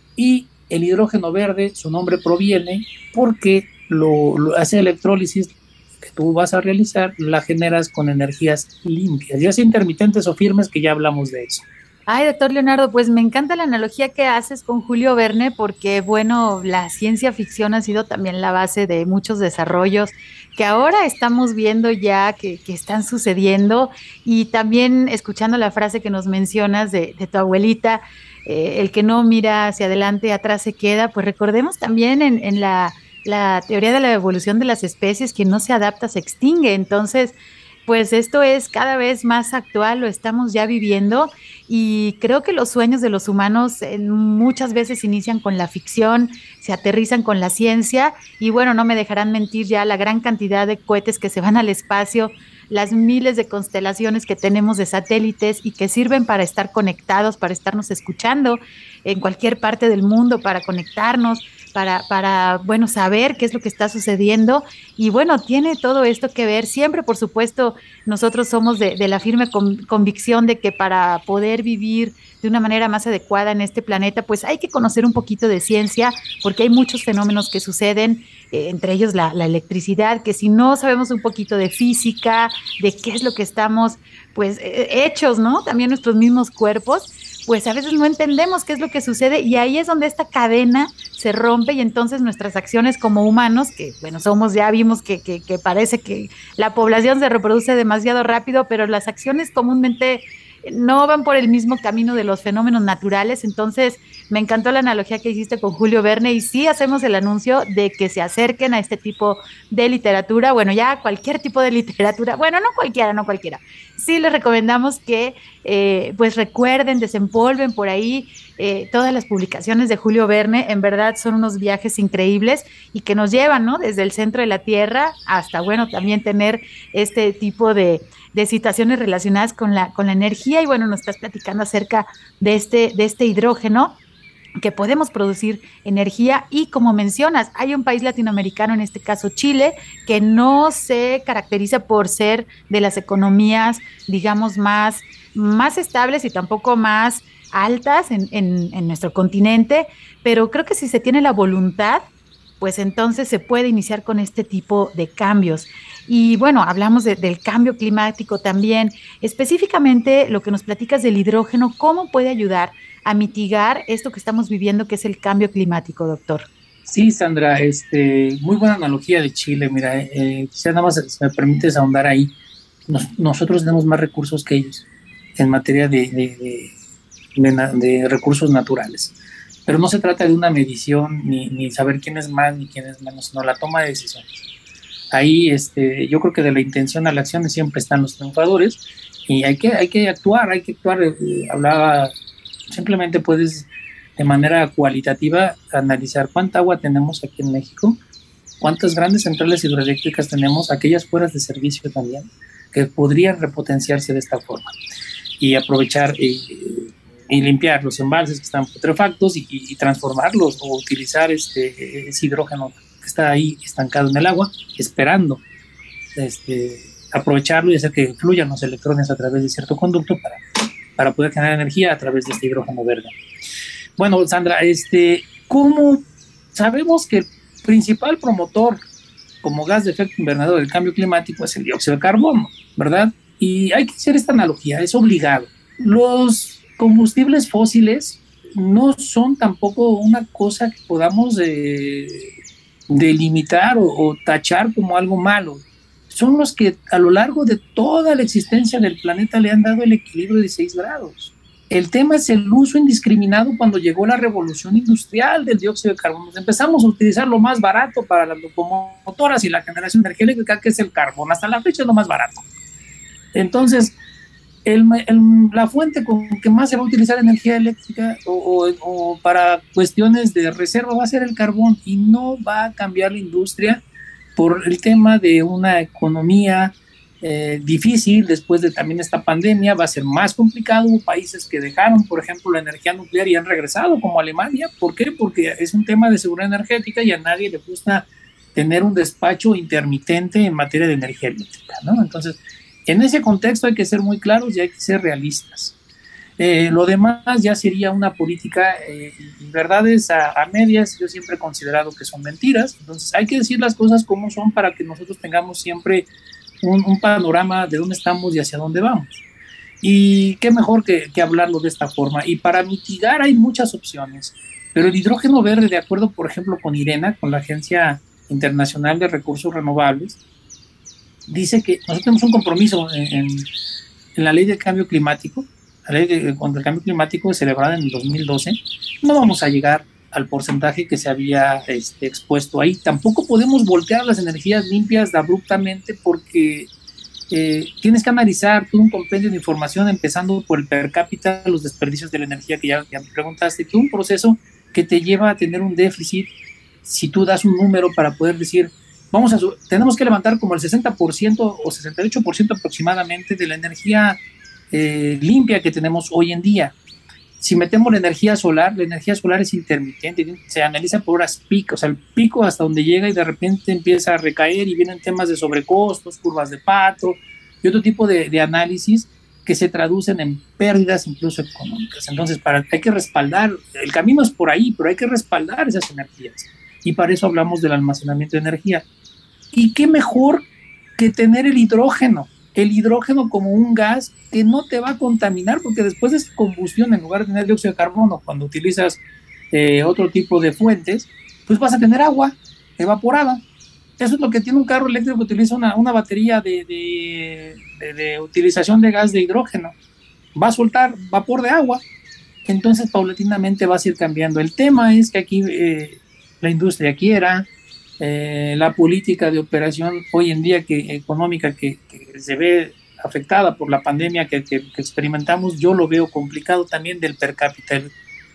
y el hidrógeno verde, su nombre proviene porque lo, lo hace electrólisis que tú vas a realizar, la generas con energías limpias, ya sea intermitentes o firmes, que ya hablamos de eso. Ay, doctor Leonardo, pues me encanta la analogía que haces con Julio Verne, porque, bueno, la ciencia ficción ha sido también la base de muchos desarrollos que ahora estamos viendo ya que, que están sucediendo, y también escuchando la frase que nos mencionas de, de tu abuelita, eh, el que no mira hacia adelante, atrás se queda. Pues recordemos también en, en la, la teoría de la evolución de las especies, quien no se adapta se extingue. Entonces, pues esto es cada vez más actual, lo estamos ya viviendo, y creo que los sueños de los humanos eh, muchas veces inician con la ficción, se aterrizan con la ciencia, y bueno, no me dejarán mentir ya la gran cantidad de cohetes que se van al espacio, las miles de constelaciones que tenemos de satélites y que sirven para estar conectados, para estarnos escuchando en cualquier parte del mundo, para conectarnos, para, para, bueno, saber qué es lo que está sucediendo. Y bueno, tiene todo esto que ver. Siempre, por supuesto, nosotros somos de, de la firme con, convicción de que para poder vivir de una manera más adecuada en este planeta, pues hay que conocer un poquito de ciencia, porque hay muchos fenómenos que suceden, eh, entre ellos la, la electricidad, que si no sabemos un poquito de física, de qué es lo que estamos, pues, eh, hechos, ¿no? También nuestros mismos cuerpos, pues a veces no entendemos qué es lo que sucede, y ahí es donde esta cadena se rompe, y entonces nuestras acciones como humanos, que bueno, somos, ya vimos que, que, que parece que la población se reproduce demasiado rápido, pero las acciones comúnmente no van por el mismo camino de los fenómenos naturales. Entonces me encantó la analogía que hiciste con Julio Verne, y sí hacemos el anuncio de que se acerquen a este tipo de literatura, bueno, ya cualquier tipo de literatura, bueno, no cualquiera, no cualquiera, sí les recomendamos que eh, pues recuerden, desempolven por ahí eh, todas las publicaciones de Julio Verne, en verdad son unos viajes increíbles y que nos llevan, ¿no? Desde el centro de la Tierra hasta, bueno, también tener este tipo de, de situaciones relacionadas con la, con la energía. Y bueno, nos estás platicando acerca de este, de este hidrógeno, que podemos producir energía. Y como mencionas, hay un país latinoamericano, en este caso Chile, que no se caracteriza por ser de las economías, digamos, más, más estables y tampoco más altas en, en, en nuestro continente, pero creo que si se tiene la voluntad, pues entonces se puede iniciar con este tipo de cambios. Y bueno, hablamos de, del cambio climático también, específicamente lo que nos platicas del hidrógeno, ¿cómo puede ayudar a mitigar esto que estamos viviendo, que es el cambio climático, doctor? Sí, Sandra, este, muy buena analogía de Chile. Mira, eh, quizá nada más, si me permites ahondar ahí, Nos, nosotros tenemos más recursos que ellos en materia de, de, de, de, de recursos naturales. Pero no se trata de una medición, ni, ni saber quién es más ni quién es menos, sino la toma de decisiones. Ahí este, yo creo que de la intención a la acción siempre están los triunfadores y hay que, hay que actuar, hay que actuar. Eh, hablaba, simplemente puedes de manera cualitativa analizar cuánta agua tenemos aquí en México, cuántas grandes centrales hidroeléctricas tenemos, aquellas fuera de servicio también, que podrían repotenciarse de esta forma y aprovechar y, y limpiar los embalses que están putrefactos y, y transformarlos o utilizar este, ese hidrógeno que está ahí estancado en el agua, esperando este, aprovecharlo y hacer que fluyan los electrones a través de cierto conducto para, para poder generar energía a través de este hidrógeno verde. Bueno, Sandra, este, ¿cómo sabemos que el principal promotor como gas de efecto invernadero del cambio climático es el dióxido de carbono, ¿verdad? Y hay que hacer esta analogía, es obligado. Los combustibles fósiles no son tampoco una cosa que podamos eh, delimitar o, o tachar como algo malo. Son los que a lo largo de toda la existencia del planeta le han dado el equilibrio de seis grados. El tema es el uso indiscriminado cuando llegó la revolución industrial del dióxido de carbono. Empezamos a utilizar lo más barato para las locomotoras y la generación de energía eléctrica, que es el carbón. Hasta la fecha es lo más barato. Entonces, el, el, la fuente con que más se va a utilizar energía eléctrica o, o, o para cuestiones de reserva va a ser el carbón, y no va a cambiar la industria por el tema de una economía Eh, difícil después de también esta pandemia. Va a ser más complicado. Hubo países que dejaron, por ejemplo, la energía nuclear y han regresado, como Alemania. ¿Por qué? Porque es un tema de seguridad energética y a nadie le gusta tener un despacho intermitente en materia de energía eléctrica, ¿no? Entonces, en ese contexto hay que ser muy claros y hay que ser realistas. Eh, lo demás ya sería una política eh, y verdades a, a medias. Yo siempre he considerado que son mentiras. Entonces hay que decir las cosas como son para que nosotros tengamos siempre Un, un panorama de dónde estamos y hacia dónde vamos. Y qué mejor que, que hablarlo de esta forma. Y para mitigar hay muchas opciones, pero el hidrógeno verde, de acuerdo, por ejemplo, con IRENA, con la Agencia Internacional de Recursos Renovables, dice que nosotros tenemos un compromiso en, en, en la Ley de Cambio Climático, la Ley de, contra el Cambio Climático celebrada en el dos mil doce. No vamos a llegar al porcentaje que se había este, expuesto ahí. Tampoco podemos voltear las energías limpias abruptamente, porque eh, tienes que analizar todo un compendio de información, empezando por el per cápita, los desperdicios de la energía que ya, ya me preguntaste, todo un proceso que te lleva a tener un déficit. Si tú das un número para poder decir, vamos a tenemos que levantar como el sesenta por ciento o sesenta y ocho por ciento aproximadamente de la energía eh, limpia que tenemos hoy en día. Si metemos la energía solar, la energía solar es intermitente, se analiza por horas pico, o sea, el pico hasta donde llega y de repente empieza a recaer y vienen temas de sobrecostos, curvas de Pato y otro tipo de, de análisis que se traducen en pérdidas incluso económicas. Entonces, para, hay que respaldar, el camino es por ahí, pero hay que respaldar esas energías, y para eso hablamos del almacenamiento de energía. ¿Y qué mejor que tener el hidrógeno? El hidrógeno como un gas que no te va a contaminar, porque después de esa combustión, en lugar de tener dióxido de carbono, cuando utilizas eh, otro tipo de fuentes, pues vas a tener agua evaporada. Eso es lo que tiene un carro eléctrico que utiliza una, una batería de, de, de, de utilización de gas de hidrógeno. Va a soltar vapor de agua. Entonces, paulatinamente vas a ir cambiando. El tema es que aquí eh, la industria quiera, Eh, la política de operación hoy en día que económica que, que se ve afectada por la pandemia que, que, que experimentamos, yo lo veo complicado también del per cápita. El,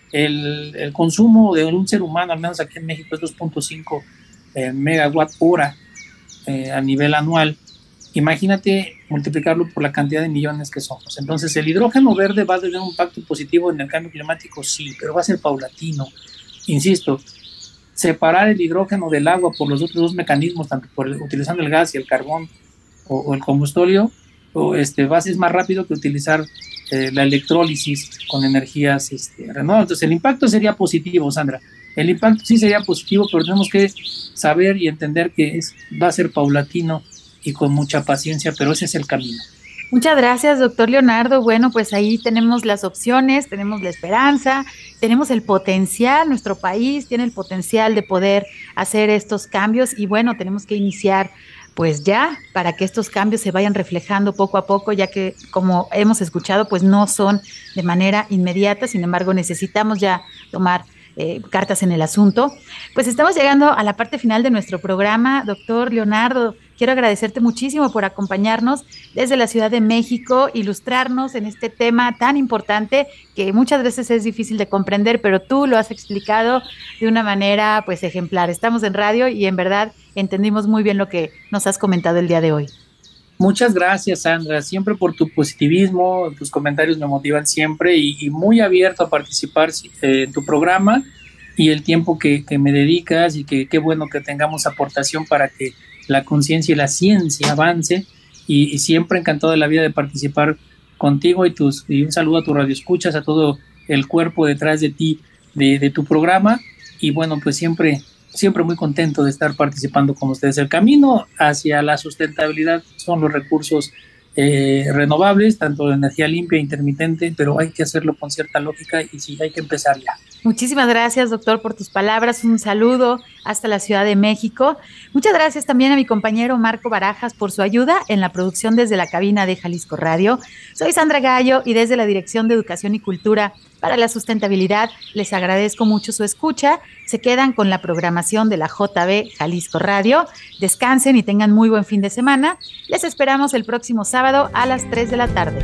el, el consumo de un ser humano, al menos aquí en México, es dos punto cinco eh, megawatt hora eh, a nivel anual. Imagínate multiplicarlo por la cantidad de millones que somos. Entonces, ¿el hidrógeno verde va a tener un impacto positivo en el cambio climático? Sí, pero va a ser paulatino. Insisto, separar el hidrógeno del agua por los otros dos mecanismos, tanto por el, utilizando el gas y el carbón o, o el combustorio, o este, va a ser más rápido que utilizar eh, la electrólisis con energías este, renovables. Entonces, el impacto sería positivo, Sandra. El impacto sí sería positivo, pero tenemos que saber y entender que es, va a ser paulatino y con mucha paciencia, pero ese es el camino. Muchas gracias, doctor Leonardo. Bueno, pues ahí tenemos las opciones, tenemos la esperanza, tenemos el potencial, nuestro país tiene el potencial de poder hacer estos cambios y bueno, tenemos que iniciar pues ya para que estos cambios se vayan reflejando poco a poco, ya que como hemos escuchado, pues no son de manera inmediata, sin embargo necesitamos ya tomar Eh, cartas en el asunto. Pues estamos llegando a la parte final de nuestro programa. Doctor Leonardo, quiero agradecerte muchísimo por acompañarnos desde la Ciudad de México, ilustrarnos en este tema tan importante que muchas veces es difícil de comprender, pero tú lo has explicado de una manera pues ejemplar. Estamos en radio y en verdad entendimos muy bien lo que nos has comentado el día de hoy. Muchas gracias, Sandra, siempre por tu positivismo, tus comentarios me motivan siempre y, y muy abierto a participar eh, en tu programa y el tiempo que, que me dedicas y que qué bueno que tengamos aportación para que la conciencia y la ciencia avance y, y siempre encantado de la vida de participar contigo y, tus, y un saludo a tus radioescuchas, a todo el cuerpo detrás de ti, de, de tu programa y bueno, pues siempre... Siempre muy contento de estar participando con ustedes. El camino hacia la sustentabilidad son los recursos eh, renovables, tanto de energía limpia e intermitente, pero hay que hacerlo con cierta lógica y sí, hay que empezar ya. Muchísimas gracias, doctor, por tus palabras. Un saludo hasta la Ciudad de México. Muchas gracias también a mi compañero Marco Barajas por su ayuda en la producción desde la cabina de Jalisco Radio. Soy Sandra Gallo y desde la Dirección de Educación y Cultura para la Sustentabilidad les agradezco mucho su escucha. Se quedan con la programación de la J B Jalisco Radio. Descansen y tengan muy buen fin de semana. Les esperamos el próximo sábado a las tres de la tarde.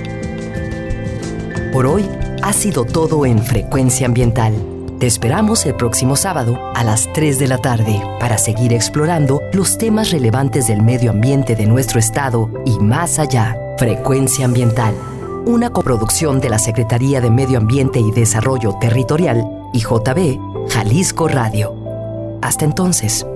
Por hoy ha sido todo en Frecuencia Ambiental. Te esperamos el próximo sábado a las tres de la tarde para seguir explorando los temas relevantes del medio ambiente de nuestro estado y más allá. Frecuencia Ambiental, una coproducción de la Secretaría de Medio Ambiente y Desarrollo Territorial y J B Jalisco Radio. Hasta entonces.